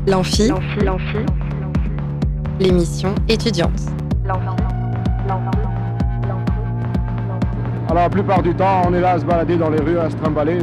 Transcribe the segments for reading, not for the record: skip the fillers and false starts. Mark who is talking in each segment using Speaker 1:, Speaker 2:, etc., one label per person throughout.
Speaker 1: L'Amphi, l'émission étudiante.
Speaker 2: Alors la plupart du temps, on est là à se balader dans les rues, à se trimballer.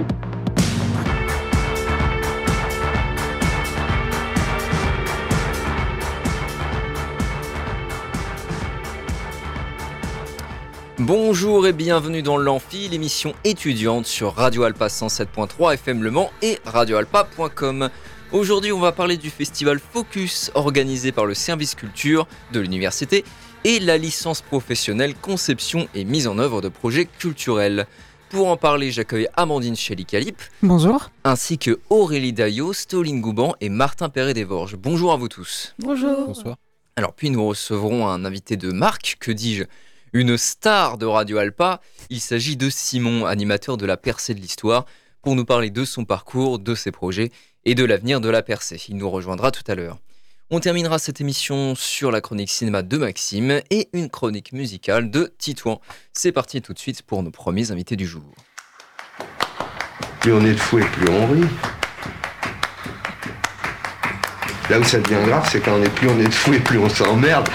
Speaker 3: Bonjour et bienvenue dans l'Amphi, l'émission étudiante sur Radio Alpa 107.3 FM Le Mans et radioalpa.com. Aujourd'hui, on va parler du festival Focus organisé par le service culture de l'université et la licence professionnelle conception et mise en œuvre de projets culturels. Pour en parler, j'accueille Amandine Chélicalip.
Speaker 4: Bonjour.
Speaker 3: Ainsi que Aurélie Daillot, Stoline Gouban et Martin Perret-Desvorges. Bonjour à vous tous.
Speaker 4: Bonjour.
Speaker 5: Bonsoir.
Speaker 3: Alors puis nous recevrons un invité de marque, que dis-je, une star de Radio Alpa. Il s'agit de Simon, animateur de la Percée de l'Histoire, pour nous parler de son parcours, de ses projets et de l'avenir de la Percée. Il nous rejoindra tout à l'heure. On terminera cette émission sur la chronique cinéma de Maxime et une chronique musicale de Titouan. C'est parti tout de suite pour nos premiers invités du jour.
Speaker 6: Plus on est de fou et plus on rit. Là où ça devient grave, c'est quand on est de fou et plus on s'emmerde.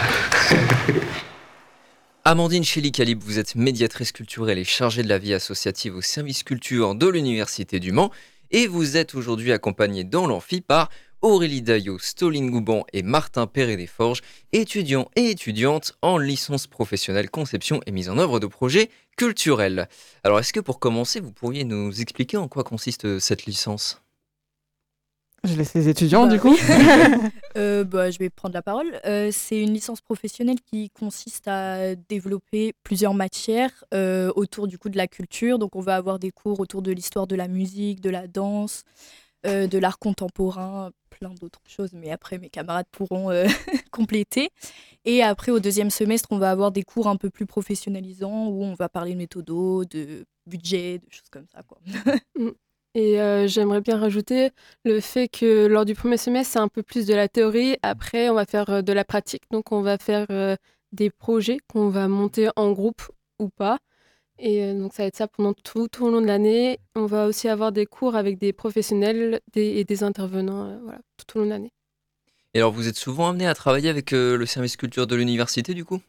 Speaker 3: Amandine Chélicalip, vous êtes médiatrice culturelle et chargée de la vie associative au service culture de l'Université du Mans. Et vous êtes aujourd'hui accompagnée dans l'Amphi par Aurélie Daillot, Stoline Gouban et Martin Perret-Desvorges, étudiants et étudiantes en licence professionnelle conception et mise en œuvre de projets culturels. Alors est-ce que pour commencer, vous pourriez nous expliquer en quoi consiste cette licence ?
Speaker 4: Je laisse les étudiants du coup.
Speaker 7: Je vais prendre la parole. C'est une licence professionnelle qui consiste à développer plusieurs matières autour du coup de la culture. Donc on va avoir des cours autour de l'histoire de la musique, de la danse, de l'art contemporain, plein d'autres choses. Mais après mes camarades pourront compléter. Et après au deuxième semestre, on va avoir des cours un peu plus professionnalisants où on va parler de méthodo, de budget, de choses comme ça, quoi.
Speaker 8: Et j'aimerais bien rajouter le fait que lors du premier semestre, c'est un peu plus de la théorie. Après, on va faire de la pratique. Donc, on va faire des projets qu'on va monter en groupe ou pas. Et donc, ça va être ça pendant tout au long de l'année. On va aussi avoir des cours avec des professionnels et des intervenants tout au long de l'année.
Speaker 3: Et alors vous êtes souvent amené à travailler avec le service culture de l'université du coup ?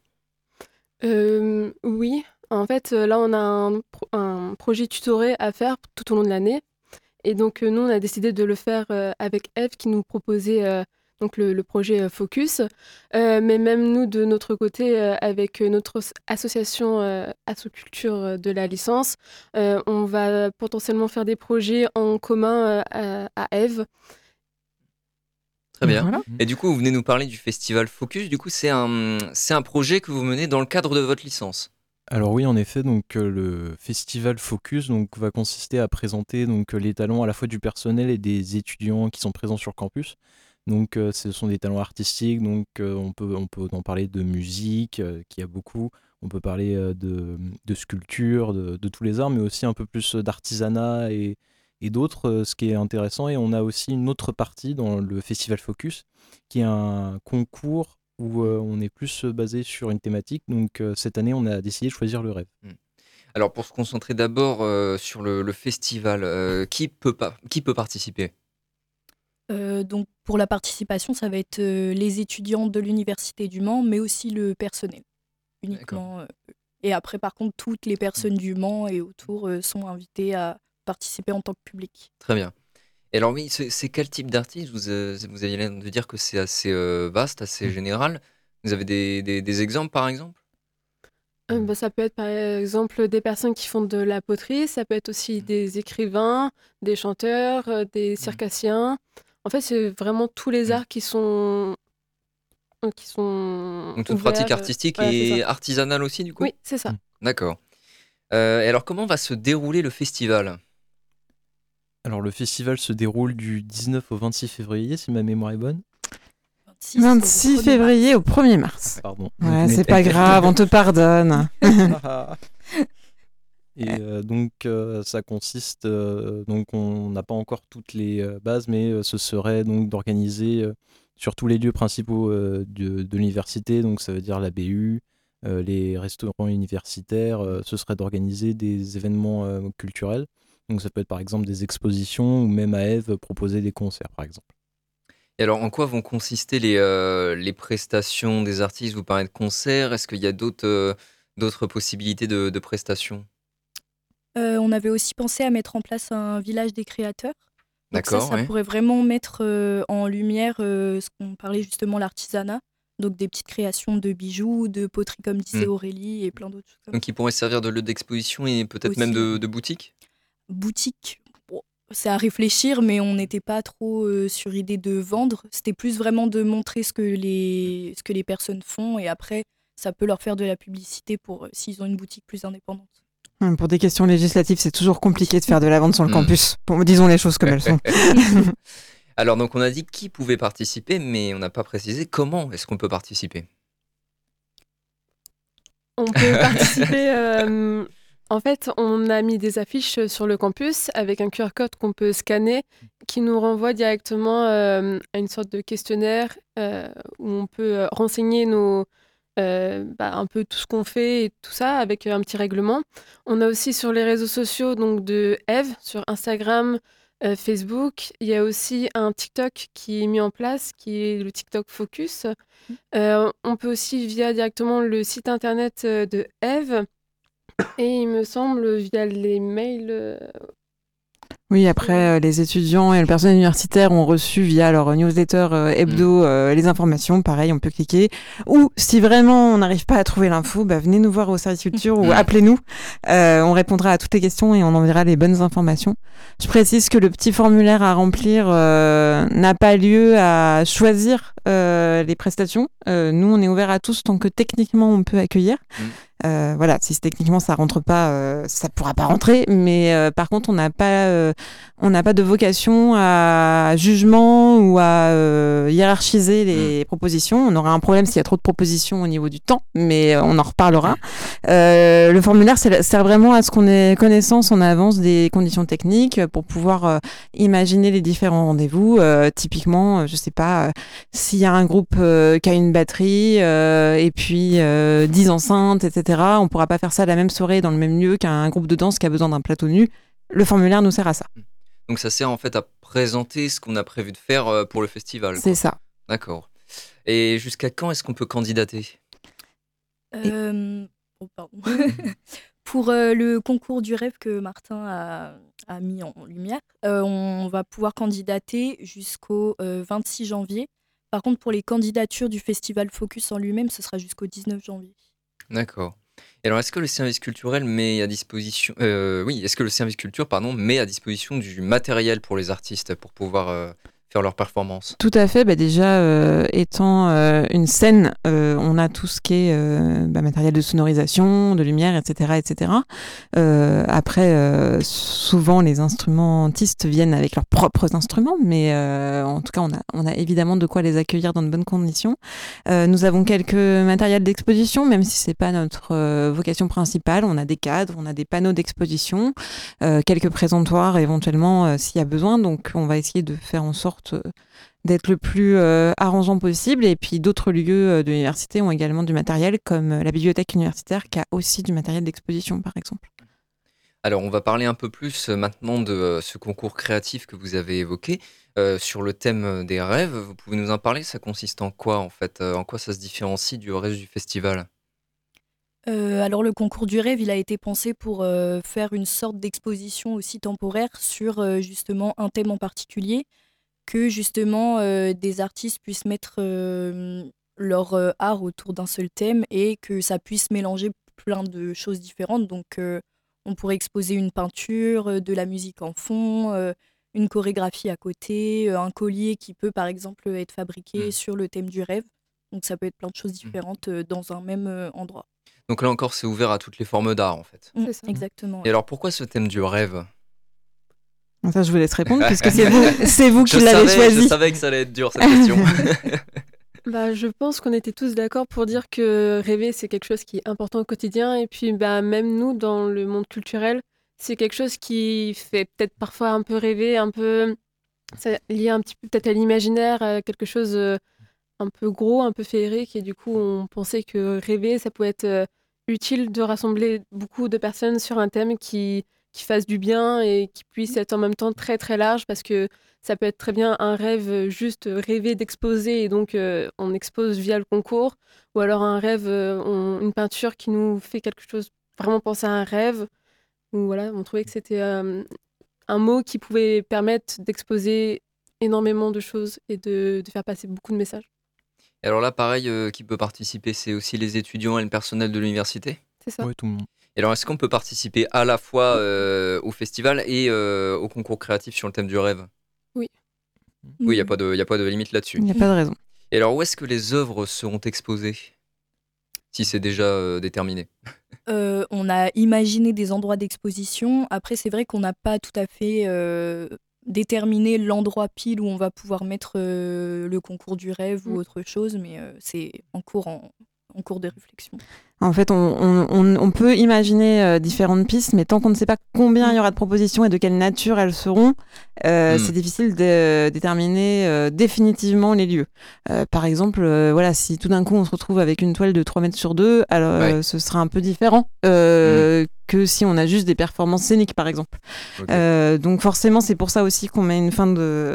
Speaker 8: Oui. En fait, là, on a un projet tutoré à faire tout au long de l'année. Et donc, nous, on a décidé de le faire avec Eve qui nous proposait donc le projet Focus. Mais même nous, de notre côté, avec notre association Assoculture de la licence, on va potentiellement faire des projets en commun à Eve.
Speaker 3: Très bien.
Speaker 4: Voilà.
Speaker 3: Et du coup, vous venez nous parler du festival Focus. Du coup, c'est un projet que vous menez dans le cadre de votre licence.
Speaker 5: Alors oui, en effet, donc le festival Focus va consister à présenter les talents à la fois du personnel et des étudiants qui sont présents sur le campus. Donc ce sont des talents artistiques, on peut en parler de musique, qu'il y a beaucoup. On peut parler de sculpture, de tous les arts, mais aussi un peu plus d'artisanat et d'autres, ce qui est intéressant. Et on a aussi une autre partie dans le festival Focus, qui est un concours où on est plus basé sur une thématique. Donc cette année, on a décidé de choisir le rêve.
Speaker 3: Alors pour se concentrer d'abord sur le festival, qui peut participer ?
Speaker 7: Donc pour la participation, ça va être les étudiants de l'Université du Mans, mais aussi le personnel, uniquement. Et après, par contre, toutes les personnes du Mans et autour sont invitées à participer en tant que public.
Speaker 3: Très bien. Et alors oui, c'est quel type d'artiste ? Vous aviez l'air de dire que c'est assez vaste, assez général. Vous avez des exemples par exemple ?
Speaker 8: Ça peut être par exemple des personnes qui font de la poterie, ça peut être aussi des écrivains, des chanteurs, des circassiens. En fait, c'est vraiment tous les arts qui sont
Speaker 3: Donc toute
Speaker 8: ouverts,
Speaker 3: pratique artistique
Speaker 8: voilà, c'est
Speaker 3: et
Speaker 8: ça.
Speaker 3: artisanale aussi du coup ?
Speaker 8: Oui, c'est ça.
Speaker 3: D'accord. Et alors comment va se dérouler le festival ?
Speaker 5: Alors le festival se déroule du 19 au 26 février, si ma mémoire est bonne.
Speaker 4: 26 février au 1er mars.
Speaker 5: Pardon.
Speaker 4: Ouais, c'est pas grave, on te pardonne.
Speaker 5: Et ça consiste, on n'a pas encore toutes les bases, mais ce serait donc d'organiser sur tous les lieux principaux de l'université, donc ça veut dire la BU, les restaurants universitaires, ce serait d'organiser des événements culturels. Donc ça peut être par exemple des expositions ou même à Ève proposer des concerts par exemple.
Speaker 3: Et alors, en quoi vont consister les prestations des artistes? Vous parlez de concerts, est-ce qu'il y a d'autres possibilités de prestations?
Speaker 7: On avait aussi pensé à mettre en place un village des créateurs. Donc
Speaker 3: D'accord,
Speaker 7: ça
Speaker 3: ouais.
Speaker 7: pourrait vraiment mettre en lumière ce qu'on parlait justement, l'artisanat. Donc des petites créations de bijoux, de poteries comme disait
Speaker 3: Mmh.
Speaker 7: Aurélie et plein d'autres choses comme
Speaker 3: Donc,
Speaker 7: ça.
Speaker 3: ils pourraient servir de lieu d'exposition et peut-être même
Speaker 7: Aussi, ouais.
Speaker 3: de boutique?
Speaker 7: Boutique, bon, c'est à réfléchir, mais on n'était pas trop sur idée de vendre. C'était plus vraiment de montrer ce que les personnes font et après, ça peut leur faire de la publicité pour s'ils ont une boutique plus indépendante.
Speaker 4: Pour des questions législatives, c'est toujours compliqué de faire de la vente sur le
Speaker 3: Mm.
Speaker 4: campus. Bon, disons les choses comme elles sont.
Speaker 3: Alors, donc, on a dit qui pouvait participer, mais on n'a pas précisé comment est-ce qu'on peut participer.
Speaker 8: On peut participer. En fait, on a mis des affiches sur le campus avec un QR code qu'on peut scanner qui nous renvoie directement à une sorte de questionnaire où on peut renseigner un peu tout ce qu'on fait et tout ça avec un petit règlement. On a aussi sur les réseaux sociaux donc de Eve, sur Instagram, Facebook. Il y a aussi un TikTok qui est mis en place, qui est le TikTok Focus. On peut aussi via directement le site internet de Eve et il me semble via les mails.
Speaker 4: Oui, après, les étudiants et le personnel universitaire ont reçu via leur newsletter hebdo les informations. Pareil, on peut cliquer. Ou si vraiment on n'arrive pas à trouver l'info, venez nous voir au service culture ou appelez-nous. On répondra à toutes les questions et on enverra les bonnes informations. Je précise que le petit formulaire à remplir n'a pas lieu à choisir les prestations. Nous, on est ouvert à tous tant que techniquement on peut accueillir. Voilà, si techniquement ça rentre pas, ça pourra pas rentrer. Mais par contre, on n'a pas de vocation à jugement ou à hiérarchiser les propositions. On aura un problème s'il y a trop de propositions au niveau du temps, mais on en reparlera. Le formulaire sert vraiment à ce qu'on ait connaissance en avance des conditions techniques pour pouvoir imaginer les différents rendez-vous. Typiquement, je sais pas, s'il y a un groupe qui a une batterie et puis 10 enceintes, etc. On pourra pas faire ça la même soirée dans le même lieu qu'un groupe de danse qui a besoin d'un plateau nu. Le formulaire nous sert à ça.
Speaker 3: Donc, ça sert en fait à présenter ce qu'on a prévu de faire pour le festival.
Speaker 4: C'est ça.
Speaker 3: D'accord. Et jusqu'à quand est-ce qu'on peut candidater?
Speaker 7: Oh, pardon. Pour le concours du rêve que Martin a mis en lumière, on va pouvoir candidater jusqu'au 26 janvier. Par contre, pour les candidatures du festival Focus en lui-même, ce sera jusqu'au 19 janvier.
Speaker 3: D'accord. Et alors, est-ce que le service culturel met à disposition, est-ce que le service culture, met à disposition du matériel pour les artistes pour pouvoir faire leur performance?
Speaker 4: Tout à fait. Déjà, étant une scène, on a tout ce qui est matériel de sonorisation, de lumière, etc. etc. Après, souvent, les instrumentistes viennent avec leurs propres instruments, mais en tout cas, on a évidemment de quoi les accueillir dans de bonnes conditions. Nous avons quelques matériels d'exposition, même si c'est pas notre vocation principale. On a des cadres, on a des panneaux d'exposition, quelques présentoirs éventuellement s'il y a besoin. Donc, on va essayer de faire en sorte d'être le plus arrangeant possible. Et puis d'autres lieux de l'université ont également du matériel, comme la bibliothèque universitaire qui a aussi du matériel d'exposition, par exemple.
Speaker 3: Alors, on va parler un peu plus maintenant de ce concours créatif que vous avez évoqué sur le thème des rêves. Vous pouvez nous en parler? Ça consiste en quoi, en fait? En quoi ça se différencie du reste du festival?
Speaker 7: Alors le concours du rêve, il a été pensé pour faire une sorte d'exposition aussi temporaire sur justement un thème en particulier, que justement des artistes puissent mettre leur art autour d'un seul thème et que ça puisse mélanger plein de choses différentes. Donc on pourrait exposer une peinture, de la musique en fond, une chorégraphie à côté, un collier qui peut par exemple être fabriqué sur le thème du rêve. Donc ça peut être plein de choses différentes dans un même endroit.
Speaker 3: Donc là encore, c'est ouvert à toutes les formes d'art, en fait.
Speaker 8: C'est ça.
Speaker 7: Exactement.
Speaker 3: Et alors, pourquoi ce thème du rêve?
Speaker 4: Ça, je vous laisse répondre, puisque c'est vous qui l'avez choisi.
Speaker 3: Je savais que ça allait être dur, cette question.
Speaker 8: Je pense qu'on était tous d'accord pour dire que rêver, c'est quelque chose qui est important au quotidien. Et puis, même nous, dans le monde culturel, c'est quelque chose qui fait peut-être parfois un peu rêver, un peu lié un petit peu peut-être à l'imaginaire, à quelque chose un peu gros, un peu féerique. Et du coup, on pensait que rêver, ça pouvait être utile de rassembler beaucoup de personnes sur un thème qui qui fasse du bien et qui puisse être en même temps très très large, parce que ça peut être très bien un rêve, juste rêver d'exposer et donc on expose via le concours, ou alors un rêve, une peinture qui nous fait quelque chose, vraiment penser à un rêve. Ou voilà, on trouvait que c'était un mot qui pouvait permettre d'exposer énormément de choses et de faire passer beaucoup de messages.
Speaker 3: Et alors là, pareil, qui peut participer, c'est aussi les étudiants et le personnel de l'université?
Speaker 8: C'est ça.
Speaker 5: Ouais, tout le monde.
Speaker 3: Et alors, est-ce qu'on peut participer à la fois au festival et au concours créatif sur le thème du rêve?
Speaker 8: Oui.
Speaker 3: Oui, il y a pas de limite là-dessus.
Speaker 4: Il n'y a pas de raison.
Speaker 3: Et alors, où est-ce que les œuvres seront exposées? Si c'est déjà déterminé.
Speaker 7: On a imaginé des endroits d'exposition. Après, c'est vrai qu'on n'a pas tout à fait déterminé l'endroit pile où on va pouvoir mettre le concours du rêve ou autre chose, mais c'est en cours de réflexion.
Speaker 4: En fait, on peut imaginer différentes pistes, mais tant qu'on ne sait pas combien il y aura de propositions et de quelle nature elles seront, c'est difficile de déterminer définitivement les lieux. Par exemple, voilà, si tout d'un coup on se retrouve avec une toile de 3 mètres sur 2, alors ce sera un peu différent que si on a juste des performances scéniques, par exemple.
Speaker 3: Ok.
Speaker 4: Donc forcément, c'est pour ça aussi qu'on met une fin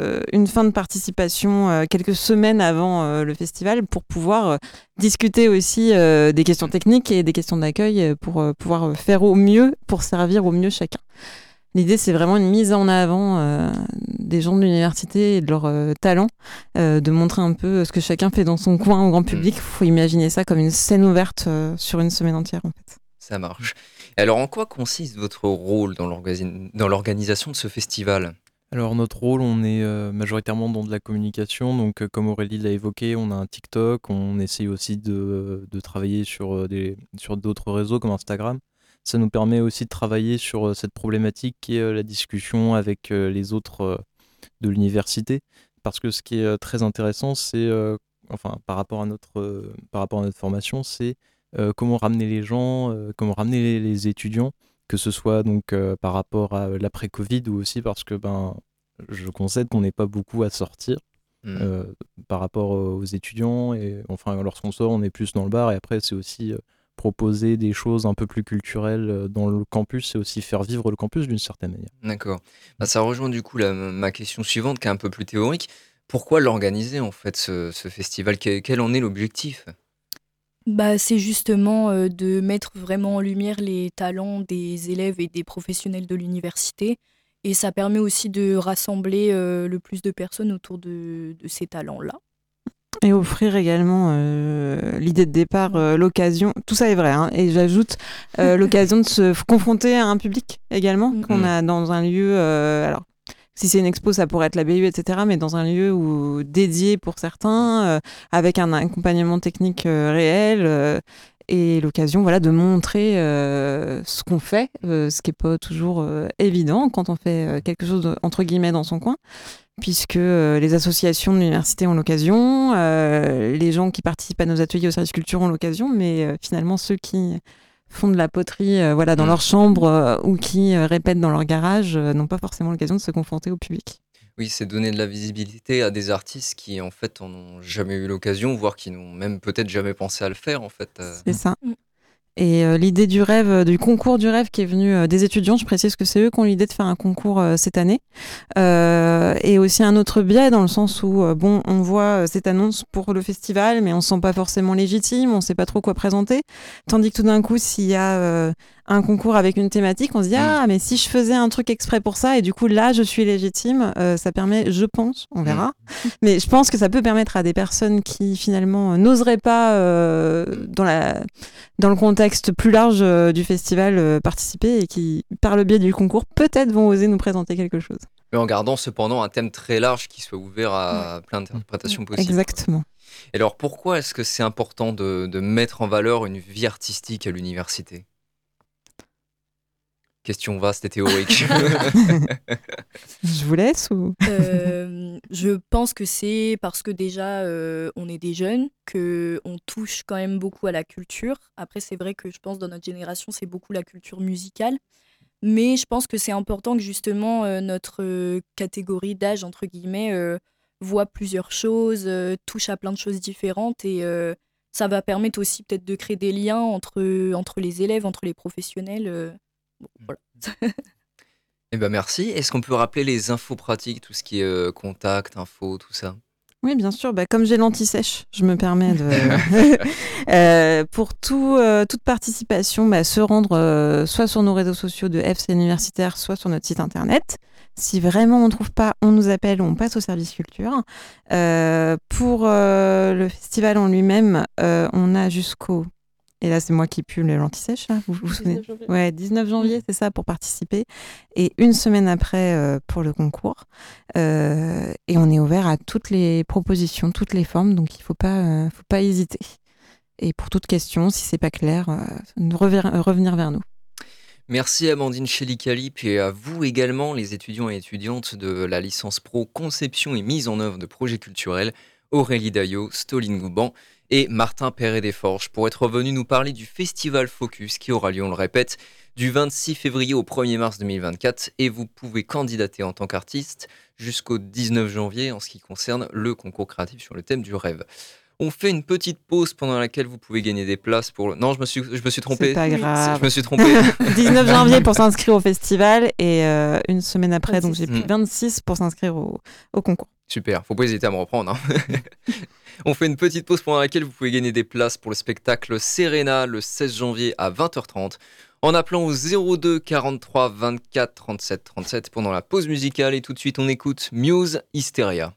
Speaker 4: de participation quelques semaines avant le festival pour pouvoir discuter aussi des questions techniques et des questions d'accueil pour pouvoir faire au mieux, pour servir au mieux chacun. L'idée, c'est vraiment une mise en avant des gens de l'université et de leur talent, de montrer un peu ce que chacun fait dans son coin au grand public. Il faut imaginer ça comme une scène ouverte sur une semaine entière, en fait.
Speaker 3: Ça marche. Et alors, en quoi consiste votre rôle dans l'organisation de ce festival?
Speaker 5: Alors notre rôle, on est majoritairement dans de la communication, donc comme Aurélie l'a évoqué, on a un TikTok, on essaye aussi de travailler sur d'autres réseaux comme Instagram. Ça nous permet aussi de travailler sur cette problématique qui est la discussion avec les autres de l'université, parce que ce qui est très intéressant, c'est, enfin par rapport à notre formation, c'est comment ramener les gens, comment ramener les étudiants, que ce soit donc par rapport à l'après-Covid ou aussi parce que je concède qu'on n'est pas beaucoup à sortir par rapport aux étudiants, et enfin lorsqu'on sort on est plus dans le bar, et après c'est aussi proposer des choses un peu plus culturelles dans le campus, et aussi faire vivre le campus d'une certaine manière.
Speaker 3: D'accord. Bah, ça rejoint du coup ma question suivante qui est un peu plus théorique. Pourquoi l'organiser en fait ce festival? Quel en est l'objectif?
Speaker 7: Bah, c'est justement de mettre vraiment en lumière les talents des élèves et des professionnels de l'université. Et ça permet aussi de rassembler le plus de personnes autour de ces talents-là.
Speaker 4: Et offrir également l'idée de départ, l'occasion, tout ça est vrai, hein, et j'ajoute l'occasion de se confronter à un public également, qu'on a dans un lieu, alors si c'est une expo, ça pourrait être la BU, etc., mais dans un lieu dédié pour certains, avec un accompagnement technique réel, et l'occasion de montrer ce qu'on fait, ce qui n'est pas toujours évident quand on fait quelque chose entre guillemets dans son coin, puisque les associations de l'université ont l'occasion, les gens qui participent à nos ateliers au service culture ont l'occasion, mais finalement ceux qui font de la poterie dans leur chambre ou qui répètent dans leur garage n'ont pas forcément l'occasion de se confronter au public.
Speaker 3: Oui, c'est donner de la visibilité à des artistes qui en fait en ont jamais eu l'occasion, voire qui n'ont même peut-être jamais pensé à le faire en fait.
Speaker 4: C'est ça. Et l'idée du rêve, du concours du rêve qui est venu des étudiants, je précise que c'est eux qui ont l'idée de faire un concours cette année. Et aussi un autre biais dans le sens où, on voit cette annonce pour le festival, mais on se sent pas forcément légitime, on sait pas trop quoi présenter. Tandis que tout d'un coup, s'il y a un concours avec une thématique, on se dit ah mais si je faisais un truc exprès pour ça, et du coup là je suis légitime, ça permet, je pense, on verra, mais je pense que ça peut permettre à des personnes qui finalement n'oseraient pas dans le contexte plus large du festival participer, et qui par le biais du concours peut-être vont oser nous présenter quelque chose.
Speaker 3: Mais en gardant cependant un thème très large qui soit ouvert à plein d'interprétations possibles.
Speaker 4: Exactement.
Speaker 3: Et alors pourquoi est-ce que c'est important de mettre en valeur une vie artistique à l'université? Question vaste et théorique.
Speaker 4: Je vous laisse ou...
Speaker 7: Je pense que c'est parce que déjà on est des jeunes, qu'on touche quand même beaucoup à la culture. Après c'est vrai que je pense dans notre génération c'est beaucoup la culture musicale. Mais je pense que c'est important que justement notre catégorie d'âge, entre guillemets, voit plusieurs choses, touche à plein de choses différentes, et ça va permettre aussi peut-être de créer des liens entre les élèves, entre les professionnels. Bon, voilà.
Speaker 3: Eh ben merci. Est-ce qu'on peut rappeler les infos pratiques, tout ce qui est contact, info, tout ça?
Speaker 4: Oui, bien sûr. Comme j'ai l'anti-sèche, je me permets de. Pour toute participation, se rendre soit sur nos réseaux sociaux de FC Universitaire, soit sur notre site internet. Si vraiment on ne trouve pas, on nous appelle ou on passe au service culture. Pour le festival en lui-même, on a jusqu'au. Et là, c'est moi qui pue l'anti-sèche, là. Vous vous souvenez?
Speaker 8: 19 janvier.
Speaker 4: Ouais, 19 janvier, c'est ça, pour participer. Et une semaine après, pour le concours. Et on est ouvert à toutes les propositions, toutes les formes, donc il faut pas hésiter. Et pour toute question, si c'est pas clair, revenir vers nous.
Speaker 3: Merci Amandine Chelicali, puis à vous également, les étudiants et étudiantes de la licence pro Conception et mise en œuvre de projets culturels, Aurélie Daillot, Stoline Gouban et Martin Perret-Desforges, pour être venus nous parler du Festival Focus qui aura lieu, on le répète, du 26 février au 1er mars 2024, et vous pouvez candidater en tant qu'artiste jusqu'au 19 janvier en ce qui concerne le concours créatif sur le thème du rêve. On fait une petite pause pendant laquelle vous pouvez gagner des places pour... Non, je me suis trompé.
Speaker 4: C'est pas grave.
Speaker 3: Je me suis trompé.
Speaker 4: 19 janvier pour s'inscrire au festival et une semaine après,
Speaker 8: 26.
Speaker 4: donc j'ai pris 26 pour s'inscrire au concours.
Speaker 3: Super, faut pas hésiter à me reprendre. On fait une petite pause pendant laquelle vous pouvez gagner des places pour le spectacle Serena le 16 janvier à 20h30 en appelant au 02 43 24 37 37 pendant la pause musicale. Et tout de suite, on écoute Muse Hysteria.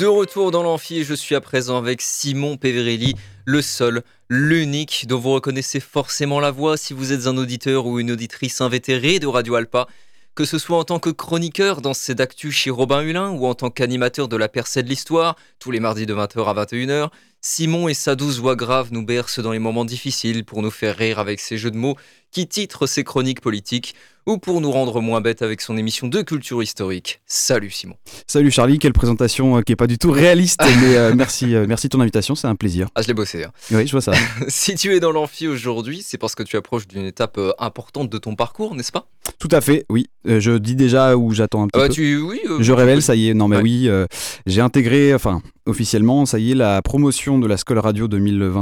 Speaker 3: retour dans l'amphi et je suis à présent avec Simon Peverelli, le seul, l'unique, dont vous reconnaissez forcément la voix si vous êtes un auditeur ou une auditrice invétérée de Radio Alpa. Que ce soit en tant que chroniqueur dans C'est d'actu chez Robin Hulin ou en tant qu'animateur de la percée de l'histoire, tous les mardis de 20h à 21h, Simon et sa douce voix grave nous bercent dans les moments difficiles pour nous faire rire avec ses jeux de mots qui titrent ses chroniques politiques ou pour nous rendre moins bêtes avec son émission de culture historique. Salut Simon.
Speaker 1: Salut Charlie, quelle présentation qui est pas du tout réaliste, mais merci de ton invitation, c'est un plaisir.
Speaker 3: Ah, je l'ai bossé. Hein.
Speaker 1: Oui, je vois ça.
Speaker 3: Si tu es dans l'amphi aujourd'hui, c'est parce que tu approches d'une étape importante de ton parcours, n'est-ce pas ?
Speaker 1: Tout à fait, oui. Je dis déjà où j'attends un petit peu.
Speaker 3: Oui,
Speaker 1: je révèle, ça y est. Non, mais oui, j'ai intégré, officiellement, ça y est, la promotion de la School Radio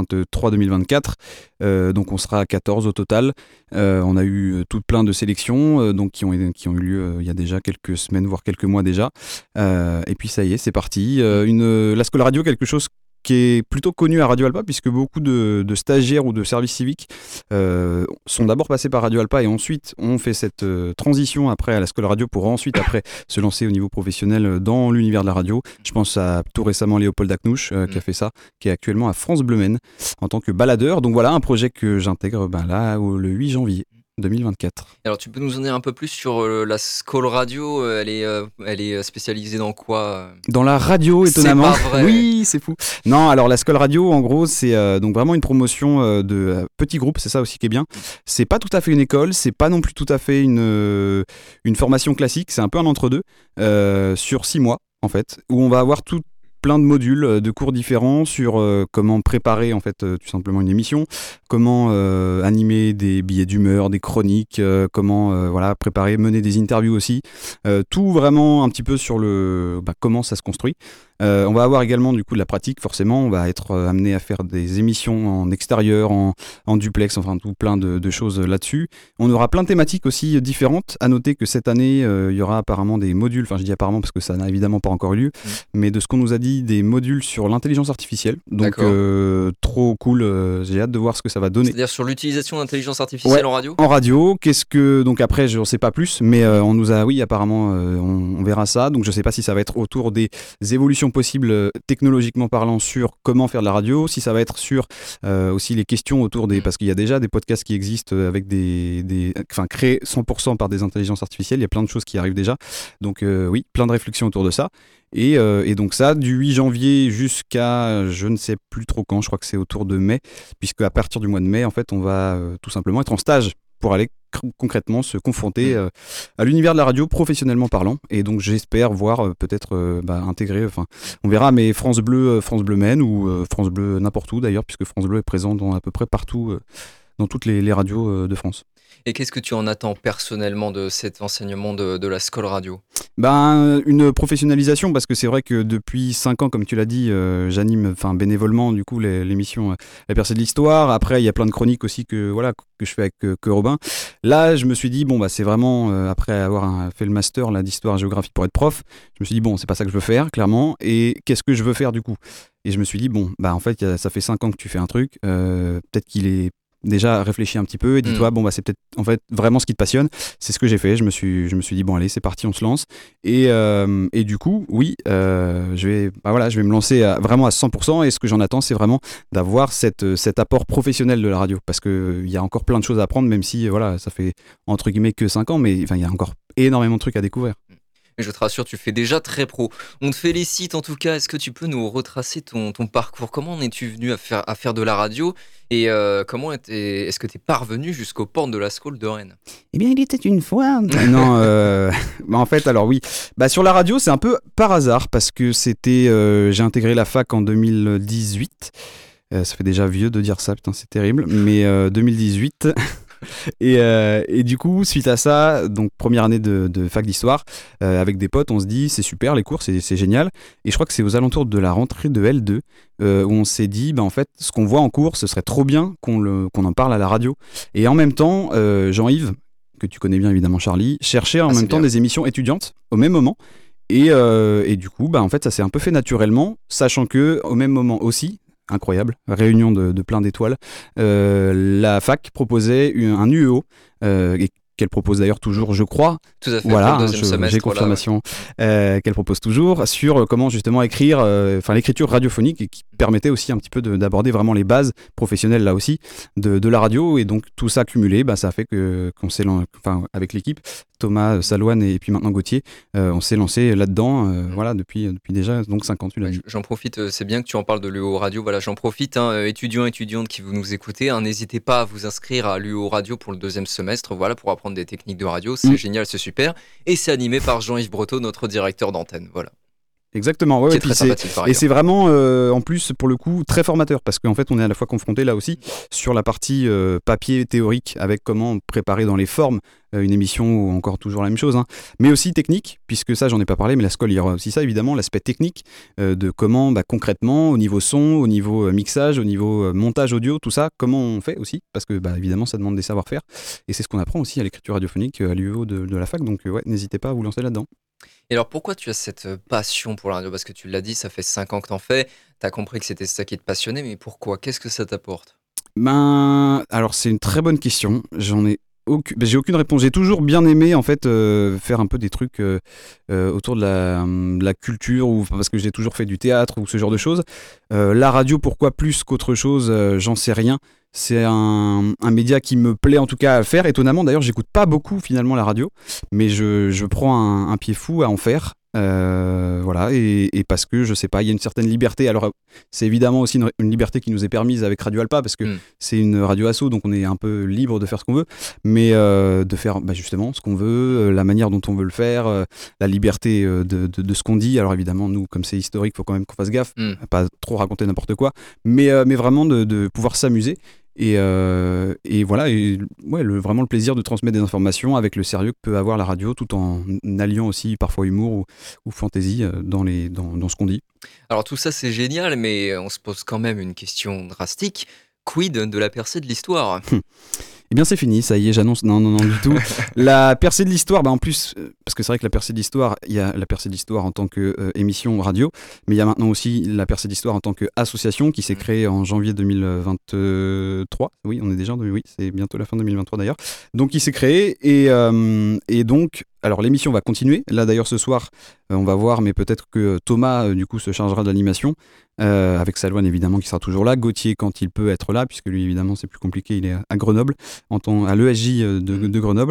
Speaker 1: 2023-2024. Donc on sera à 14 au total. On a eu tout plein de sélections donc qui ont eu lieu il y a déjà quelques semaines, voire quelques mois déjà. Et puis ça y est, c'est parti. La School Radio, quelque chose qui est plutôt connu à Radio Alpa, puisque beaucoup de stagiaires ou de services civiques sont d'abord passés par Radio Alpa et ensuite ont fait cette transition après à la School Radio pour ensuite après se lancer au niveau professionnel dans l'univers de la radio. Je pense à tout récemment Léopold Aknouch qui a fait ça, qui est actuellement à France Bleu Maine en tant que baladeur. Donc voilà un projet que j'intègre là le 8 janvier. 2024.
Speaker 3: Alors tu peux nous en dire un peu plus sur la School Radio, elle est spécialisée dans quoi ?
Speaker 1: Dans la radio, étonnamment.
Speaker 3: C'est pas vrai.
Speaker 1: Oui, c'est fou. Non, alors la School Radio, en gros, c'est donc vraiment une promotion de petits groupes, c'est ça aussi qui est bien. C'est pas tout à fait une école, c'est pas non plus tout à fait une formation classique, c'est un peu un entre-deux, sur 6 mois en fait, où on va avoir plein de modules de cours différents sur comment préparer en fait tout simplement une émission, comment animer des billets d'humeur, des chroniques, comment préparer, mener des interviews aussi, tout vraiment un petit peu sur comment ça se construit. On va avoir également du coup de la pratique, forcément, on va être amené à faire des émissions en extérieur, en duplex, enfin tout plein de choses là-dessus. On aura plein de thématiques aussi différentes. À noter que cette année, il y aura apparemment des modules, enfin je dis apparemment parce que ça n'a évidemment pas encore eu lieu, mais de ce qu'on nous a dit, des modules sur l'intelligence artificielle. Donc trop cool, j'ai hâte de voir ce que ça va donner.
Speaker 3: C'est-à-dire sur l'utilisation d'intelligence artificielle en radio ?
Speaker 1: En radio, donc après je ne sais pas plus, mais on nous a, apparemment on verra ça, donc je ne sais pas si ça va être autour des évolutions possibles technologiquement parlant sur comment faire de la radio, si ça va être sur aussi les questions autour parce qu'il y a déjà des podcasts qui existent avec créés 100% par des intelligences artificielles, il y a plein de choses qui arrivent déjà, donc plein de réflexions autour de ça. Et donc ça, du 8 janvier jusqu'à je ne sais plus trop quand, je crois que c'est autour de mai, puisque à partir du mois de mai, en fait, on va tout simplement être en stage pour aller concrètement se confronter à l'univers de la radio professionnellement parlant. Et donc j'espère voir peut-être intégrer, on verra, mais France Bleu Maine ou France Bleu n'importe où d'ailleurs, puisque France Bleu est présent dans à peu près partout, dans toutes les radios de France.
Speaker 3: Et qu'est-ce que tu en attends personnellement de cet enseignement de la School Radio ?
Speaker 1: Une professionnalisation, parce que c'est vrai que depuis 5 ans, comme tu l'as dit, j'anime bénévolement du coup l'émission La percée de l'histoire. Après, il y a plein de chroniques aussi que je fais avec que Robin. Là, je me suis dit, c'est vraiment, après avoir fait le master d'histoire géographie pour être prof, je me suis dit, c'est pas ça que je veux faire, clairement. Et qu'est-ce que je veux faire du coup ? Et je me suis dit, en fait, ça fait 5 ans que tu fais un truc, peut-être qu'il est déjà réfléchis un petit peu et dis-toi c'est peut-être en fait vraiment ce qui te passionne. C'est ce que j'ai fait, je me suis dit allez, c'est parti, on se lance et du coup je vais me lancer vraiment à 100%, et ce que j'en attends, c'est vraiment d'avoir cet apport professionnel de la radio, parce que il y a encore plein de choses à apprendre, même si ça fait entre guillemets que 5 ans, mais il y a encore énormément de trucs à découvrir.
Speaker 3: Mais je te rassure, tu fais déjà très pro. On te félicite en tout cas. Est-ce que tu peux nous retracer ton parcours ? Comment en es-tu venu à faire de la radio ? Et comment est-ce que tu es parvenu jusqu'aux portes de la School de Rennes ?
Speaker 1: Eh bien, il était une fois... Non, en fait, alors oui. Sur la radio, c'est un peu par hasard, parce que j'ai intégré la fac en 2018. Ça fait déjà vieux de dire ça, putain, c'est terrible. Mais 2018... Et du coup, suite à ça, donc première année de fac d'histoire, avec des potes, on se dit c'est super les cours, c'est génial. Et je crois que c'est aux alentours de la rentrée de L2 où on s'est dit en fait, ce qu'on voit en cours, ce serait trop bien qu'on en parle à la radio. Et en même temps, Jean-Yves, que tu connais bien évidemment, Charlie, cherchait en même temps des émissions étudiantes au même moment. Et du coup, en fait, ça s'est un peu fait naturellement, sachant que au même moment aussi, incroyable, réunion de plein d'étoiles, la fac proposait un UEO qu'elle propose d'ailleurs toujours, je crois.
Speaker 3: Tout à fait,
Speaker 1: Voilà,
Speaker 3: pour le deuxième semestre.
Speaker 1: j'ai confirmation qu'elle propose toujours sur comment justement écrire, l'écriture radiophonique, et qui permettait aussi un petit peu d'aborder vraiment les bases professionnelles là aussi de la radio. Et donc tout ça cumulé, ça a fait qu'on s'est avec l'équipe, Thomas, Salouane et puis maintenant Gauthier, on s'est lancé là-dedans voilà, depuis déjà donc 5 ans, tu l'as dit.
Speaker 3: J'en profite, c'est bien que tu en parles de l'UO Radio, voilà, j'en profite, étudiantes qui vous nous écoutez, n'hésitez pas à vous inscrire à l'UO Radio pour le deuxième semestre, voilà, pour apprendre des techniques de radio, c'est génial, c'est super, et c'est animé par Jean-Yves Breteau, notre directeur d'antenne, voilà.
Speaker 1: Exactement, ouais,
Speaker 3: Qui est très sympathique par
Speaker 1: et
Speaker 3: ailleurs.
Speaker 1: c'est vraiment en plus pour le coup très formateur, parce qu'en fait on est à la fois confronté là aussi sur la partie papier théorique avec comment préparer dans les formes une émission ou encore toujours la même chose, mais aussi technique, puisque ça j'en ai pas parlé, mais la SCOL il y aura aussi ça évidemment, l'aspect technique de comment concrètement au niveau son, au niveau mixage, au niveau montage audio, tout ça, comment on fait aussi, parce que évidemment ça demande des savoir-faire, et c'est ce qu'on apprend aussi à l'écriture radiophonique à l'UO de la fac, donc ouais, n'hésitez pas à vous lancer là-dedans.
Speaker 3: Et alors pourquoi tu as cette passion pour la radio? Parce que tu l'as dit, ça fait 5 ans que t'en fais, t'as compris que c'était ça qui te passionnait, mais pourquoi? Qu'est-ce que ça t'apporte?
Speaker 1: Alors c'est une très bonne question, j'ai aucune réponse. J'ai toujours bien aimé en fait faire un peu des trucs autour de la culture, parce que j'ai toujours fait du théâtre ou ce genre de choses. La radio, pourquoi plus qu'autre chose, j'en sais rien. C'est un média qui me plaît en tout cas à faire. Étonnamment d'ailleurs, j'écoute pas beaucoup finalement la radio, mais je prends un pied fou à en faire. Voilà, et parce que je sais pas, il y a une certaine liberté. Alors c'est évidemment aussi une liberté qui nous est permise avec Radio Alpa, parce que c'est une radio asso, donc on est un peu libre de faire ce qu'on veut, mais de faire justement ce qu'on veut, la manière dont on veut le faire, la liberté de ce qu'on dit. Alors évidemment, nous, comme c'est historique, il faut quand même qu'on fasse gaffe, pas trop raconter n'importe quoi, mais vraiment de pouvoir s'amuser. Et voilà, vraiment le plaisir de transmettre des informations avec le sérieux que peut avoir la radio, tout en alliant aussi parfois humour ou fantaisie dans ce qu'on dit.
Speaker 3: Alors tout ça c'est génial, mais on se pose quand même une question drastique. Quid de la percée de l'histoire?
Speaker 1: Eh bien c'est fini, ça y est, j'annonce, non du tout. La percée de l'histoire, en plus, parce que c'est vrai que la percée de l'histoire, il y a la percée de l'histoire en tant qu'émission radio, mais il y a maintenant aussi la percée de l'histoire en tant qu'association qui s'est créée en janvier 2023. Oui, on est déjà, oui, c'est bientôt la fin 2023 d'ailleurs. Donc il s'est créé et donc, alors l'émission va continuer. Là d'ailleurs ce soir, on va voir, mais peut-être que Thomas du coup se chargera de l'animation. Avec Salouane évidemment qui sera toujours là, Gauthier quand il peut être là, puisque lui évidemment c'est plus compliqué, il est à Grenoble, à l'ESJ de Grenoble,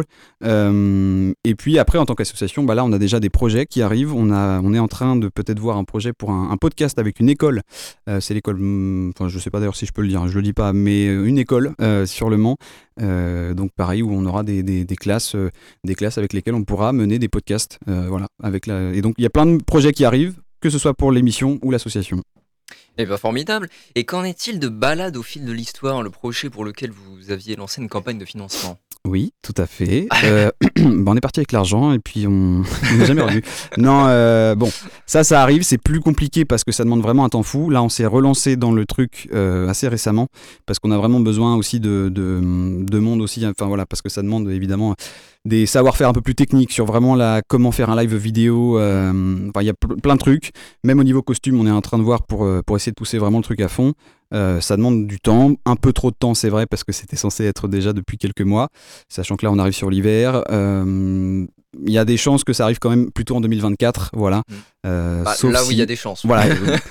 Speaker 1: et puis après en tant qu'association, là on a déjà des projets qui arrivent, on est en train de peut-être voir un projet pour un podcast avec une école, c'est l'école, je sais pas d'ailleurs si je peux le dire, je le dis pas, mais une école sur Le Mans, donc pareil, où on aura des classes avec lesquelles on pourra mener des podcasts, voilà, et donc il y a plein de projets qui arrivent, que ce soit pour l'émission ou l'association.
Speaker 3: Eh bien, formidable. Et qu'en est-il de Balade au fil de l'histoire, le projet pour lequel vous aviez lancé une campagne de financement?
Speaker 1: Oui, tout à fait. On est parti avec l'argent et puis on n'a jamais revu. Non, ça arrive, c'est plus compliqué parce que ça demande vraiment un temps fou. Là, on s'est relancé dans le truc assez récemment parce qu'on a vraiment besoin aussi de monde aussi. Enfin voilà, parce que ça demande évidemment des savoir-faire un peu plus techniques sur vraiment comment faire un live vidéo. Il y a plein de trucs. Même au niveau costume, on est en train de voir pour essayer de pousser vraiment le truc à fond. Ça demande du temps, un peu trop de temps c'est vrai, parce que c'était censé être déjà depuis quelques mois, sachant que là on arrive sur l'hiver. Il y a des chances que ça arrive quand même plutôt en 2024, voilà.
Speaker 3: Sauf là où il y a des chances.
Speaker 1: Voilà.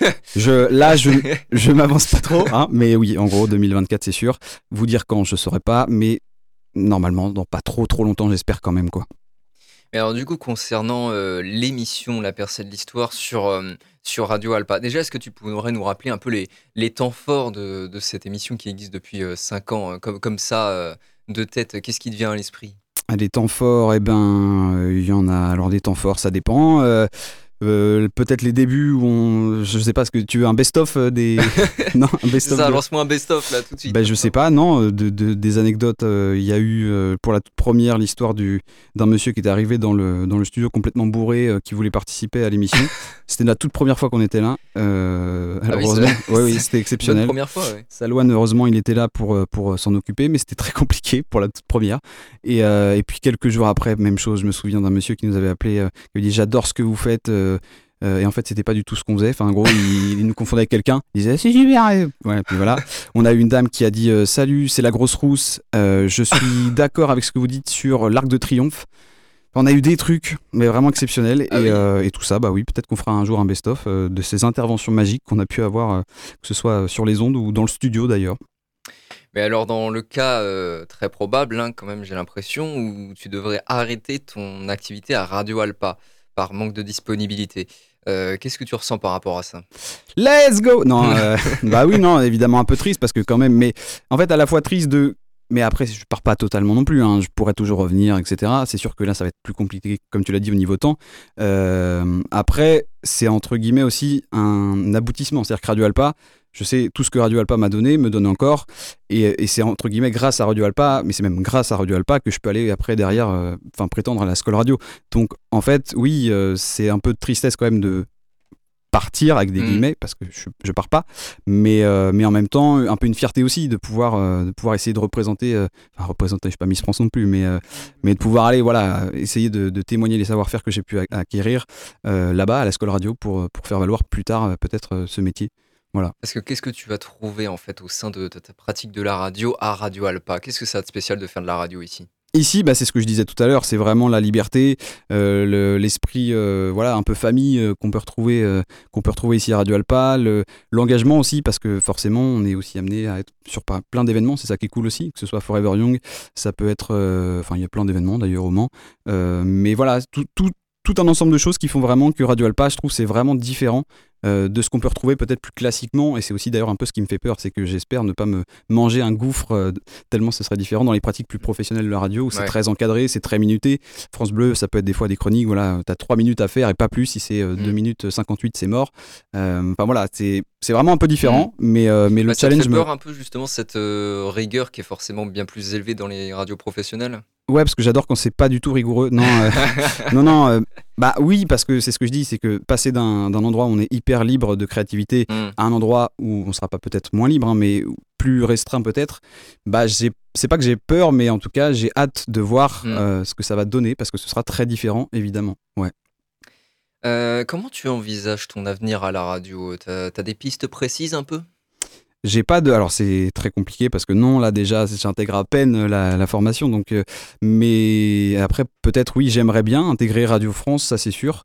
Speaker 1: je m'avance pas trop, mais oui, en gros 2024 c'est sûr. Vous dire quand, je saurais pas, mais normalement dans pas trop longtemps, j'espère quand même, quoi.
Speaker 3: Et alors du coup, concernant l'émission La percée de l'histoire sur Radio Alpa, déjà est-ce que tu pourrais nous rappeler un peu les temps forts de cette émission qui existe depuis 5 ans, comme ça, de tête, qu'est-ce qui te vient à l'esprit?
Speaker 1: Des temps forts, il y en a. Alors des temps forts, ça dépend. Peut-être les débuts où je sais pas, ce que tu veux un best-of des non, un best-of.
Speaker 3: Ça, lance-moi un best-of là tout de suite.
Speaker 1: Je sais pas, non, des anecdotes. Il y a eu pour la toute première l'histoire d'un monsieur qui était arrivé dans le studio complètement bourré, qui voulait participer à l'émission. C'était la toute première fois qu'on était là. Heureusement, oui, c'était exceptionnel.
Speaker 3: Bonne première fois, ouais.
Speaker 1: Salouane, heureusement, il était là pour s'en occuper, mais c'était très compliqué pour la toute première. Et puis quelques jours après, même chose. Je me souviens d'un monsieur qui nous avait appelé, qui lui dit: j'adore ce que vous faites. et en fait c'était pas du tout ce qu'on faisait. Enfin en gros il nous confondait avec quelqu'un, il disait c'est super, ouais, puis voilà. On a eu une dame qui a dit salut, c'est la grosse rousse, je suis d'accord avec ce que vous dites sur l'Arc de Triomphe. On a eu des trucs mais vraiment exceptionnels et tout ça, bah oui, peut-être qu'on fera un jour un best-of de ces interventions magiques qu'on a pu avoir, que ce soit sur les ondes ou dans le studio d'ailleurs.
Speaker 3: Mais alors dans le cas très probable, hein, quand même j'ai l'impression, où tu devrais arrêter ton activité à Radio Alpa par manque de disponibilité. Qu'est-ce que tu ressens par rapport à ça?
Speaker 1: Let's go. Non, bah oui, non, évidemment un peu triste parce que quand même, mais en fait à la fois triste de... Mais après, je pars pas totalement non plus, hein. Je pourrais toujours revenir, etc. C'est sûr que là, ça va être plus compliqué, comme tu l'as dit, au niveau temps. Après, c'est entre guillemets aussi un aboutissement. C'est-à-dire que Radio Alpa, je sais tout ce que Radio Alpa m'a donné, me donne encore. Et c'est entre guillemets grâce à Radio Alpa, mais c'est même grâce à Radio Alpa que je peux aller après derrière, prétendre à la Skol Radio. Donc en fait, oui, c'est un peu de tristesse quand même de partir avec des guillemets parce que je pars pas, mais en même temps un peu une fierté aussi de pouvoir essayer de représenter, je suis pas Miss France non plus, mais de pouvoir aller essayer de témoigner les savoir-faire que j'ai pu acquérir là-bas à la Skol Radio pour faire valoir plus tard peut-être ce métier. Voilà.
Speaker 3: Parce que qu'est-ce que tu vas trouver en fait au sein de ta pratique de la radio à Radio Alpa? Qu'est-ce que ça a de spécial de faire de la radio ici?
Speaker 1: Ici, c'est ce que je disais tout à l'heure, c'est vraiment la liberté, l'esprit un peu famille qu'on peut retrouver ici à Radio Alpa, l'engagement aussi, parce que forcément on est aussi amené à être sur plein d'événements, c'est ça qui est cool aussi, que ce soit Forever Young, ça peut être, il y a plein d'événements d'ailleurs au Mans, mais voilà, tout un ensemble de choses qui font vraiment que Radio Alpa, je trouve, c'est vraiment différent de ce qu'on peut retrouver peut-être plus classiquement, et c'est aussi d'ailleurs un peu ce qui me fait peur, c'est que j'espère ne pas me manger un gouffre tellement ce serait différent dans les pratiques plus professionnelles de la radio où c'est très encadré, c'est très minuté. France Bleu, ça peut être des fois des chroniques, voilà, t'as 3 minutes à faire et pas plus, si c'est 2 minutes 58 c'est mort. C'est vraiment un peu différent, mais le challenge...
Speaker 3: Ça te fait peur un peu justement cette rigueur qui est forcément bien plus élevée dans les radios professionnelles?
Speaker 1: Ouais, parce que j'adore quand c'est pas du tout rigoureux. Non, oui, parce que c'est ce que je dis, c'est que passer d'un endroit où on est hyper libre de créativité à un endroit où on sera pas peut-être moins libre, mais plus restreint peut-être, c'est pas que j'ai peur, mais en tout cas j'ai hâte de voir ce que ça va donner, parce que ce sera très différent, évidemment. Ouais.
Speaker 3: Comment tu envisages ton avenir à la radio? T'as des pistes précises un peu?
Speaker 1: J'ai pas de... Alors c'est très compliqué parce que non, là déjà j'intègre à peine la formation, donc mais après peut-être oui, j'aimerais bien intégrer Radio France, ça c'est sûr.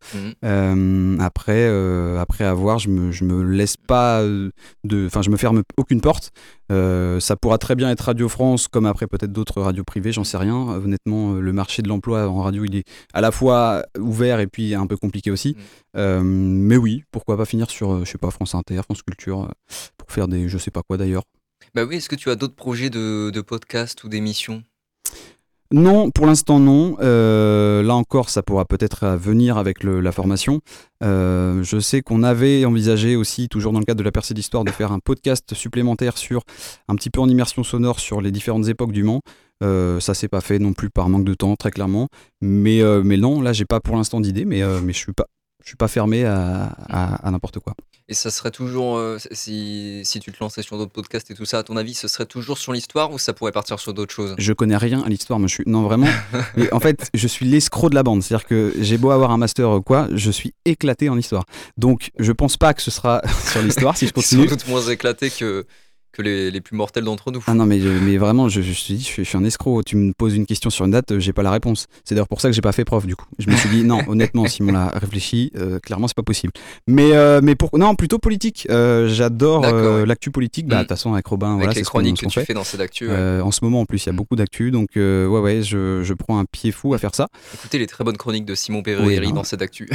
Speaker 1: Après à voir, je me laisse pas je me ferme aucune porte. Ça pourra très bien être Radio France comme après peut-être d'autres radios privées, j'en sais rien. Honnêtement, le marché de l'emploi en radio il est à la fois ouvert et puis un peu compliqué aussi. Mais oui, pourquoi pas finir sur je sais pas, France Inter, France Culture pour faire des je sais pas quoi d'ailleurs.
Speaker 3: Bah oui, est-ce que tu as d'autres projets de podcast ou d'émissions?
Speaker 1: Non, pour l'instant non. Là encore, ça pourra peut-être venir avec la formation. Je sais qu'on avait envisagé aussi, toujours dans le cadre de la percée d'histoire, de faire un podcast supplémentaire sur un petit peu en immersion sonore sur les différentes époques du Mans. Ça s'est pas fait non plus par manque de temps, très clairement. Mais non, là j'ai pas pour l'instant d'idée, mais je suis pas fermé à n'importe quoi.
Speaker 3: Et ça serait toujours, si tu te lançais sur d'autres podcasts et tout ça, à ton avis, ce serait toujours sur l'histoire ou ça pourrait partir sur d'autres choses?
Speaker 1: Je connais rien à l'histoire, moi non vraiment. Mais en fait, je suis l'escroc de la bande, c'est-à-dire que j'ai beau avoir un master quoi, je suis éclaté en histoire. Donc je pense pas que ce sera sur l'histoire si je continue.
Speaker 3: Sans doute moins éclaté que les plus mortels d'entre nous.
Speaker 1: Ah non, mais vraiment, je suis un escroc. Tu me poses une question sur une date, j'ai pas la réponse. C'est d'ailleurs pour ça que j'ai pas fait prof, du coup. Je me suis dit, non, honnêtement, si on l'a réfléchi, clairement, c'est pas possible. Mais non, plutôt politique. J'adore l'actu politique. De toute façon, avec Robin,
Speaker 3: avec
Speaker 1: voilà,
Speaker 3: les
Speaker 1: c'est
Speaker 3: chroniques
Speaker 1: ce qu'on
Speaker 3: que tu
Speaker 1: fait
Speaker 3: fais dans cette actu.
Speaker 1: En ce moment, en plus, il y a beaucoup d'actu. Donc, je prends un pied fou à faire ça.
Speaker 3: Écoutez les très bonnes chroniques de Simon Péréry dans cette actu.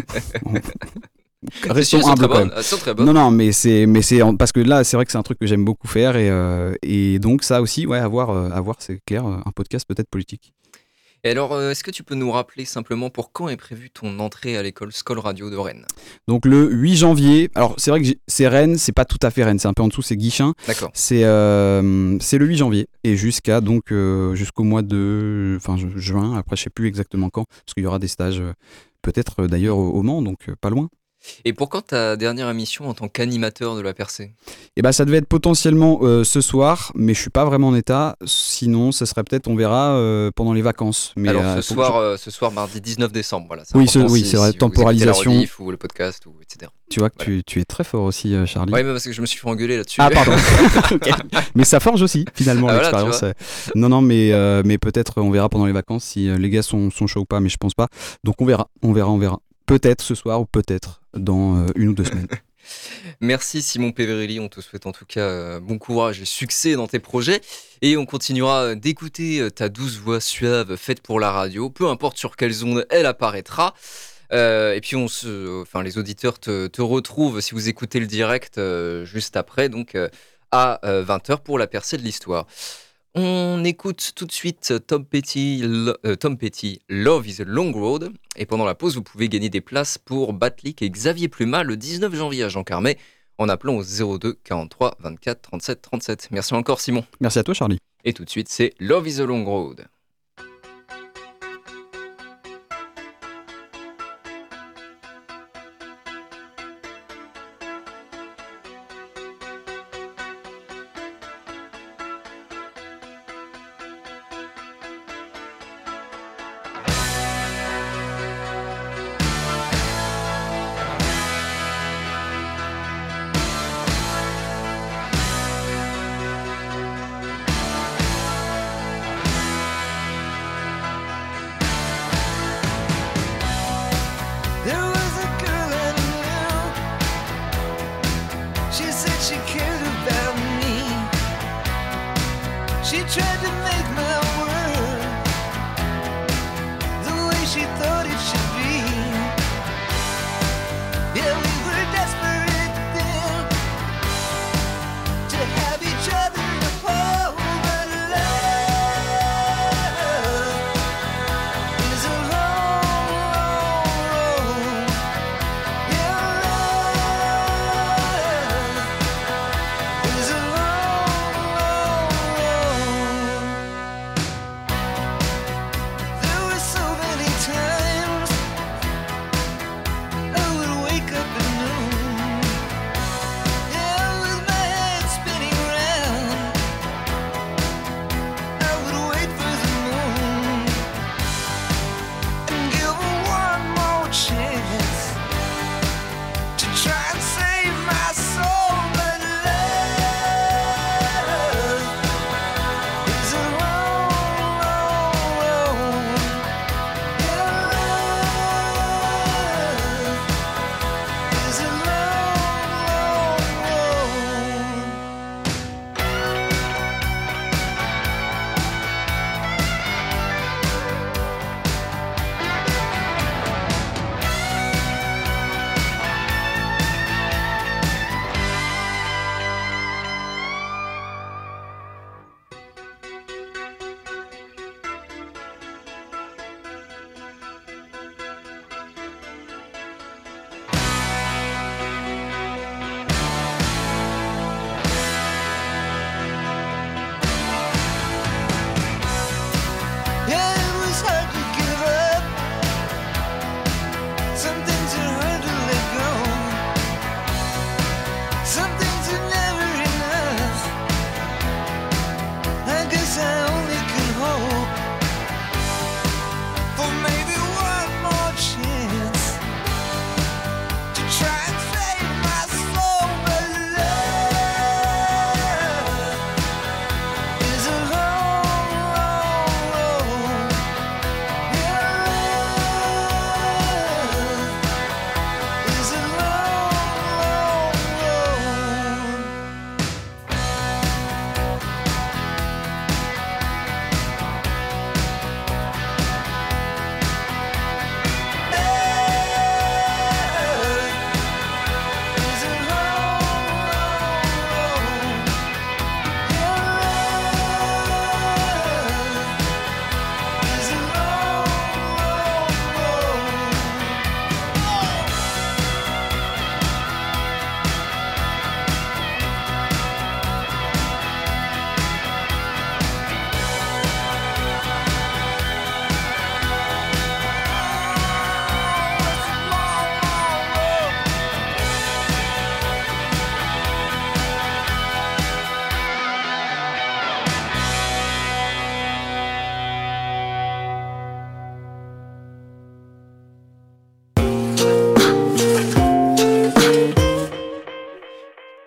Speaker 1: Restons humbles quand même.
Speaker 3: Très bonnes.
Speaker 1: Non, mais c'est parce que là, c'est vrai que c'est un truc que j'aime beaucoup faire et donc ça aussi, à voir, c'est clair, un podcast peut-être politique.
Speaker 3: Et alors, est-ce que tu peux nous rappeler simplement pour quand est prévue ton entrée à l'école Skol Radio de Rennes?
Speaker 1: Donc le 8 janvier. Alors c'est vrai que c'est Rennes, c'est pas tout à fait Rennes, c'est un peu en dessous, c'est Guichin.
Speaker 3: D'accord.
Speaker 1: C'est le 8 janvier et jusqu'au mois de juin. Après, je sais plus exactement quand, parce qu'il y aura des stages peut-être d'ailleurs au Mans, donc pas loin.
Speaker 3: Et pour quand ta dernière émission en tant qu'animateur de la percée?
Speaker 1: Et bah ça devait être potentiellement ce soir, mais je suis pas vraiment en état. Sinon, ça serait peut-être, on verra pendant les vacances. Mais
Speaker 3: Alors ce soir, mardi 19 décembre, voilà.
Speaker 1: Oui,
Speaker 3: important
Speaker 1: c'est vrai,
Speaker 3: si
Speaker 1: temporalisation.
Speaker 3: Vous écoutez la rediff ou le podcast, etc.
Speaker 1: Tu vois que tu es très fort aussi, Charlie.
Speaker 3: Oui, mais parce que je me suis fait engueuler là-dessus.
Speaker 1: Ah pardon. Okay. Mais ça forge aussi finalement
Speaker 3: Voilà,
Speaker 1: l'expérience. Non, mais peut-être on verra pendant les vacances si les gars sont chauds ou pas, mais je pense pas. Donc on verra. Peut-être ce soir ou peut-être dans 1 ou 2 semaines.
Speaker 3: Merci Simon Peverelli, on te souhaite en tout cas bon courage et succès dans tes projets. Et on continuera d'écouter ta douce voix suave faite pour la radio, peu importe sur quelles ondes elle apparaîtra. Et puis les auditeurs te retrouvent si vous écoutez le direct juste après, donc à 20h pour la percée de l'histoire. On écoute tout de suite Tom Petty, Love is a Long Road. Et pendant la pause, vous pouvez gagner des places pour Batlik et Xavier Pluma le 19 janvier à Jean Carmet en appelant au 02 43 24 37 37. Merci encore Simon.
Speaker 1: Merci à toi Charlie.
Speaker 3: Et tout de suite, c'est Love is a Long Road.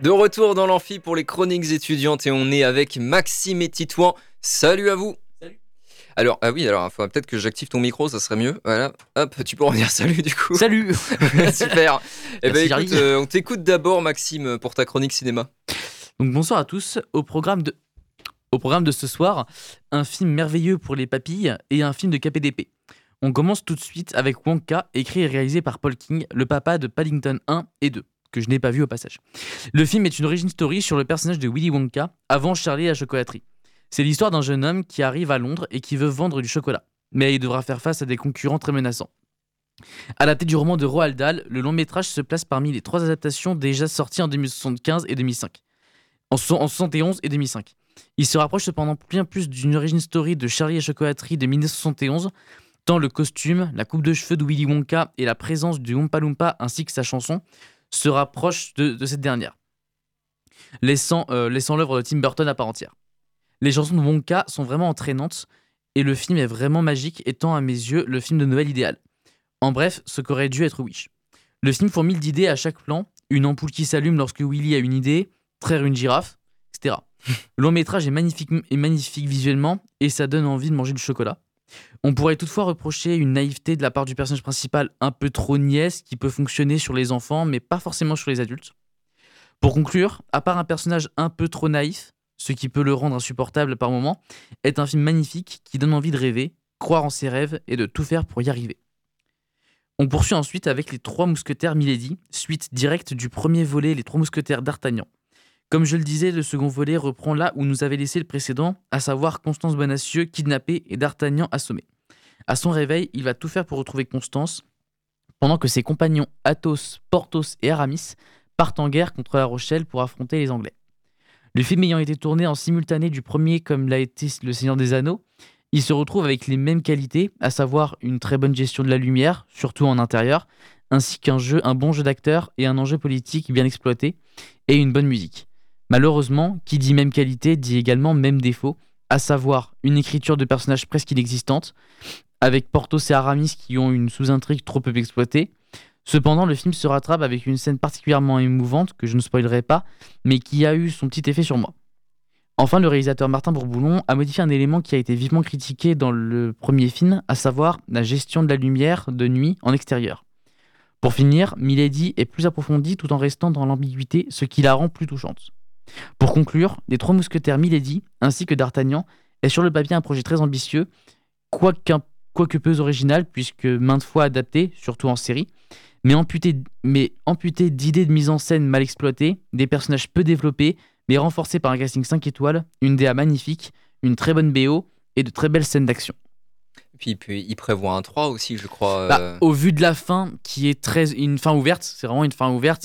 Speaker 3: De retour dans l'amphi pour les chroniques étudiantes et on est avec Maxime et Titouan. Salut à vous. Salut. Alors, il faut peut-être que j'active ton micro, ça serait mieux. Voilà, hop, tu peux en dire salut du coup.
Speaker 9: Salut.
Speaker 3: Super.
Speaker 9: Merci,
Speaker 3: Écoute, on t'écoute d'abord Maxime pour ta chronique cinéma.
Speaker 9: Donc bonsoir à tous. Au programme de ce soir, un film merveilleux pour les papilles et un film de KPDP. On commence tout de suite avec Wonka, écrit et réalisé par Paul King, le papa de Paddington 1 et 2. Que je n'ai pas vu au passage. Le film est une origin story sur le personnage de Willy Wonka avant Charlie et la chocolaterie. C'est l'histoire d'un jeune homme qui arrive à Londres et qui veut vendre du chocolat, mais il devra faire face à des concurrents très menaçants. Adapté du roman de Roald Dahl, le long métrage se place parmi les 3 adaptations déjà sorties en 2075 et 2005. En 71 et 2005. Il se rapproche cependant bien plus d'une origin story de Charlie et la chocolaterie de 1971, tant le costume, la coupe de cheveux de Willy Wonka et la présence du Oompa Loompa ainsi que sa chanson se rapproche de cette dernière, laissant l'œuvre de Tim Burton à part entière. Les chansons de Wonka sont vraiment entraînantes et le film est vraiment magique, étant à mes yeux le film de Noël idéal. En bref, ce qu'aurait dû être Wish. Le film fourmille d'idées à chaque plan, une ampoule qui s'allume lorsque Willy a une idée, traire une girafe, etc. Le long métrage est magnifique visuellement et ça donne envie de manger du chocolat. On pourrait toutefois reprocher une naïveté de la part du personnage principal un peu trop niaise qui peut fonctionner sur les enfants mais pas forcément sur les adultes. Pour conclure, à part un personnage un peu trop naïf, ce qui peut le rendre insupportable par moments, est un film magnifique qui donne envie de rêver, croire en ses rêves et de tout faire pour y arriver. On poursuit ensuite avec Les 3 Mousquetaires Milady, suite directe du premier volet Les 3 Mousquetaires d'Artagnan. Comme je le disais, le second volet reprend là où nous avait laissé le précédent, à savoir Constance Bonacieux kidnappée et d'Artagnan assommé. À son réveil, il va tout faire pour retrouver Constance, pendant que ses compagnons Athos, Porthos et Aramis partent en guerre contre La Rochelle pour affronter les Anglais. Le film ayant été tourné en simultané du premier comme l'a été Le Seigneur des Anneaux, il se retrouve avec les mêmes qualités, à savoir une très bonne gestion de la lumière, surtout en intérieur, ainsi un bon jeu d'acteurs et un enjeu politique bien exploité, et une bonne musique. Malheureusement, qui dit même qualité dit également même défaut, à savoir une écriture de personnages presque inexistante, avec Porthos et Aramis qui ont une sous-intrigue trop peu exploitée. Cependant, le film se rattrape avec une scène particulièrement émouvante, que je ne spoilerai pas, mais qui a eu son petit effet sur moi. Enfin, le réalisateur Martin Bourboulon a modifié un élément qui a été vivement critiqué dans le premier film, à savoir la gestion de la lumière de nuit en extérieur. Pour finir, Milady est plus approfondie tout en restant dans l'ambiguïté, ce qui la rend plus touchante. Pour conclure, Les 3 Mousquetaires Milady, ainsi que d'Artagnan, est sur le papier un projet très ambitieux, quoique peu original, puisque maintes fois adapté, surtout en série, mais amputé d'idées de mise en scène mal exploitées, des personnages peu développés, mais renforcés par un casting 5 étoiles, une DA magnifique, une très bonne BO et de très belles scènes d'action.
Speaker 3: Puis il prévoit un 3 aussi, je crois.
Speaker 9: Au vu de la fin, qui est une fin ouverte, c'est vraiment une fin ouverte,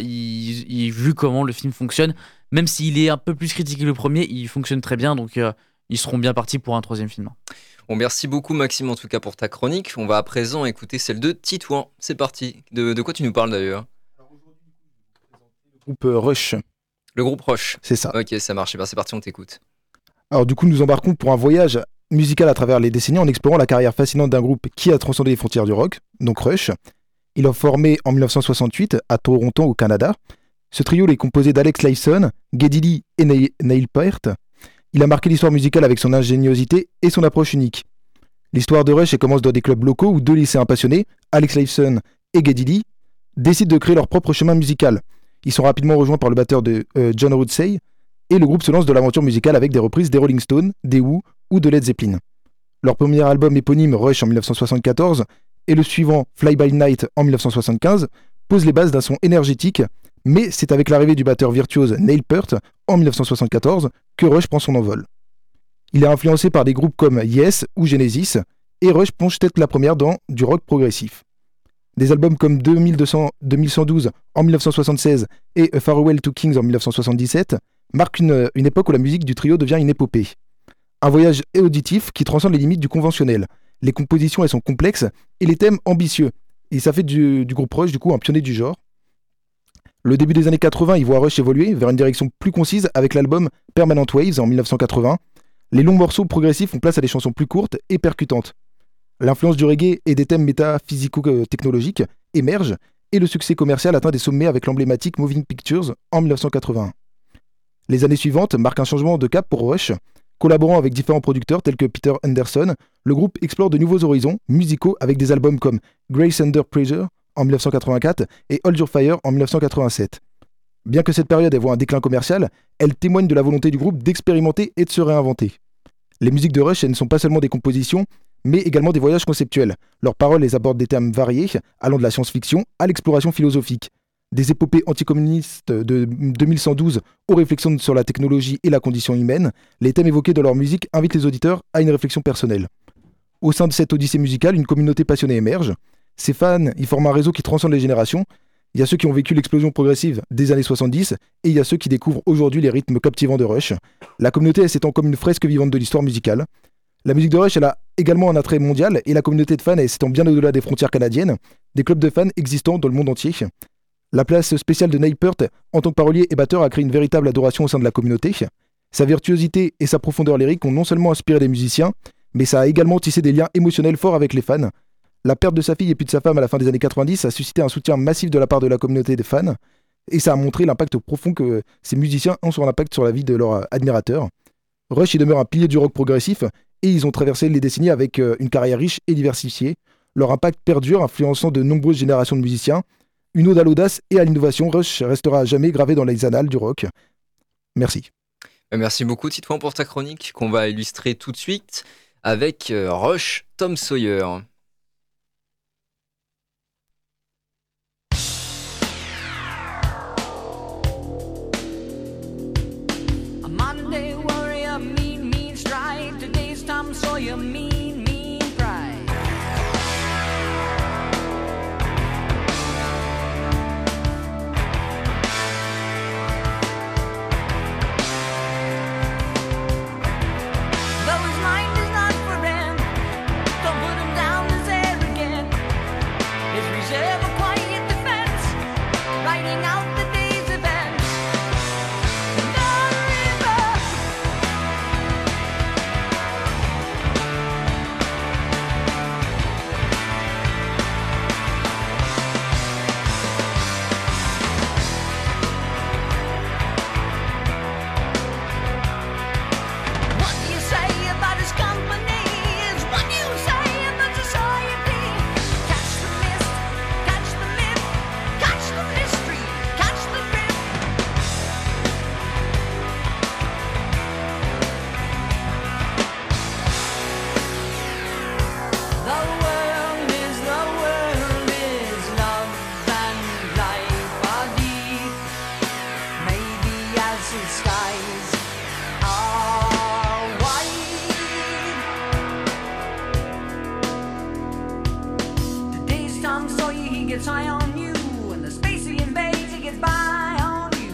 Speaker 9: vu comment le film fonctionne, même s'il est un peu plus critiqué que le premier, il fonctionne très bien, donc ils seront bien partis pour un 3e film.
Speaker 3: Bon, merci beaucoup Maxime en tout cas pour ta chronique. On va à présent écouter celle de Titouan. C'est parti. De quoi tu nous parles d'ailleurs ?
Speaker 10: Le groupe Rush.
Speaker 3: Le groupe Rush.
Speaker 10: C'est ça.
Speaker 3: Ok, ça marche. C'est parti, on t'écoute.
Speaker 10: Alors du coup, nous embarquons pour un voyage musical à travers les décennies en explorant la carrière fascinante d'un groupe qui a transcendé les frontières du rock, donc Rush. Il a formé en 1968 à Toronto au Canada. Ce trio est composé d'Alex Lifeson, Geddy Lee et Neil Peart. Il a marqué l'histoire musicale avec son ingéniosité et son approche unique. L'histoire de Rush commence dans des clubs locaux où 2 lycéens passionnés, Alex Lifeson et Geddy Lee, décident de créer leur propre chemin musical. Ils sont rapidement rejoints par le batteur de John Rootsay et le groupe se lance dans l'aventure musicale avec des reprises des Rolling Stones, des Who ou de Led Zeppelin. Leur premier album éponyme Rush en 1974 et le suivant Fly By Night en 1975 posent les bases d'un son énergétique, mais c'est avec l'arrivée du batteur virtuose Neil Peart en 1974 que Rush prend son envol. Il est influencé par des groupes comme Yes ou Genesis, et Rush plonge tête la première dans du rock progressif. Des albums comme 2112 en 1976 et A Farewell to Kings en 1977 marquent une époque où la musique du trio devient une épopée. Un voyage auditif qui transcende les limites du conventionnel. Les compositions elles sont complexes et les thèmes ambitieux. Et ça fait du groupe Rush du coup un pionnier du genre. Le début des années 80, il voit Rush évoluer vers une direction plus concise avec l'album Permanent Waves en 1980. Les longs morceaux progressifs font place à des chansons plus courtes et percutantes. L'influence du reggae et des thèmes métaphysico-technologiques émerge et le succès commercial atteint des sommets avec l'emblématique Moving Pictures en 1981. Les années suivantes marquent un changement de cap pour Rush. Collaborant avec différents producteurs tels que Peter Anderson, le groupe explore de nouveaux horizons musicaux avec des albums comme Grace Under Pressure en 1984 et Hold Your Fire en 1987. Bien que cette période ait voit un déclin commercial, elle témoigne de la volonté du groupe d'expérimenter et de se réinventer. Les musiques de Rush, elles ne sont pas seulement des compositions, mais également des voyages conceptuels. Leurs paroles les abordent des thèmes variés, allant de la science-fiction à l'exploration philosophique. Des épopées anticommunistes de 2112 aux réflexions sur la technologie et la condition humaine, les thèmes évoqués dans leur musique invitent les auditeurs à une réflexion personnelle. Au sein de cette odyssée musicale, une communauté passionnée émerge. Ces fans y forment un réseau qui transcende les générations. Il y a ceux qui ont vécu l'explosion progressive des années 70 et il y a ceux qui découvrent aujourd'hui les rythmes captivants de Rush. La communauté elle s'étend comme une fresque vivante de l'histoire musicale. La musique de Rush elle a également un attrait mondial et la communauté de fans elle s'étend bien au-delà des frontières canadiennes, des clubs de fans existant dans le monde entier. La place spéciale de Neil Peart en tant que parolier et batteur a créé une véritable adoration au sein de la communauté. Sa virtuosité et sa profondeur lyrique ont non seulement inspiré des musiciens, mais ça a également tissé des liens émotionnels forts avec les fans. La perte de sa fille et puis de sa femme à la fin des années 90 a suscité un soutien massif de la part de la communauté des fans, et ça a montré l'impact profond que ces musiciens ont sur l'impact sur la vie de leurs admirateurs. Rush y demeure un pilier du rock progressif, et ils ont traversé les décennies avec une carrière riche et diversifiée. Leur impact perdure, influençant de nombreuses générations de musiciens. Une ode à l'audace et à l'innovation, Rush restera à jamais gravé dans les annales du rock. Merci.
Speaker 3: Merci beaucoup Titouan pour ta chronique qu'on va illustrer tout de suite avec Rush, Tom Sawyer.
Speaker 11: A Monday warrior, mean strike. Today's Tom Sawyer, mean pride. Though his mind is not for rent, don't put him down as arrogant. His reserve a quiet defense, writing out the day's events. What do you say about his company? Is what you say about society. Catch the mist, catch the myth, catch the mystery, catch the drift. The world is love and life are deep. Maybe as the skies are wide. Today's Tom Sawyer, he gets high on you, and the space he invades, he gets by on you.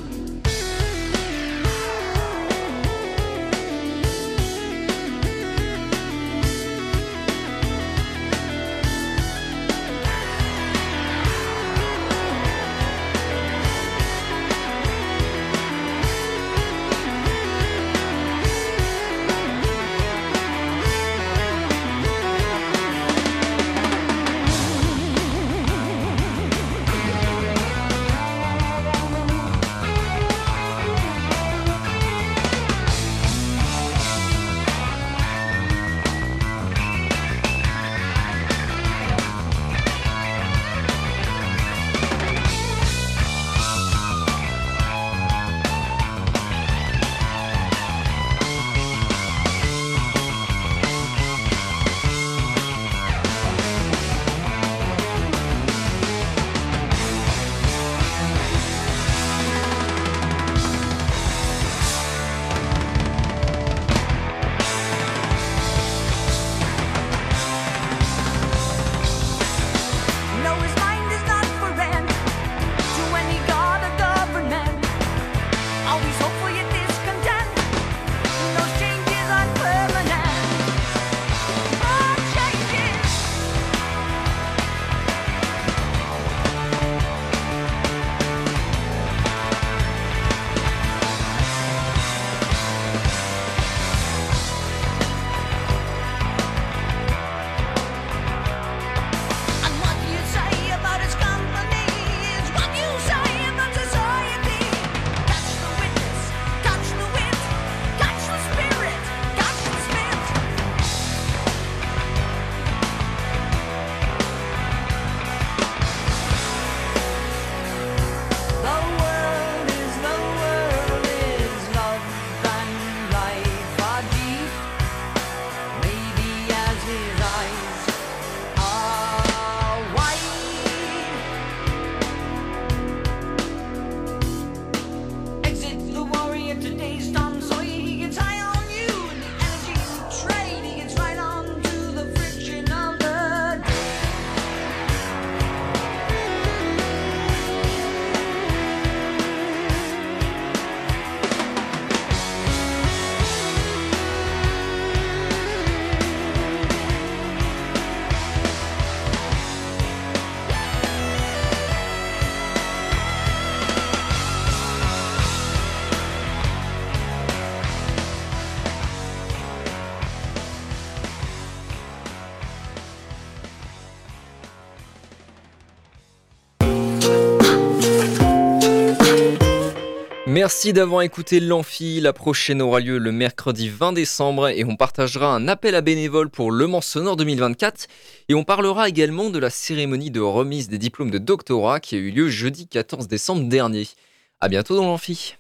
Speaker 3: Merci d'avoir écouté l'Amphi. La prochaine aura lieu le mercredi 20 décembre et on partagera un appel à bénévoles pour Le Mans Sonore 2024 et on parlera également de la cérémonie de remise des diplômes de doctorat qui a eu lieu jeudi 14 décembre dernier. À bientôt dans l'Amphi.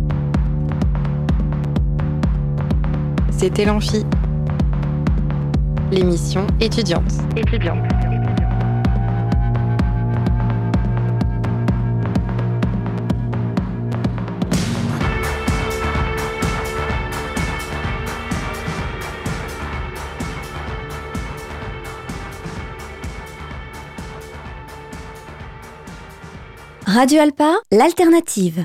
Speaker 12: C'était l'Amphi, l'émission étudiante.
Speaker 13: Radio Alpa, l'alternative.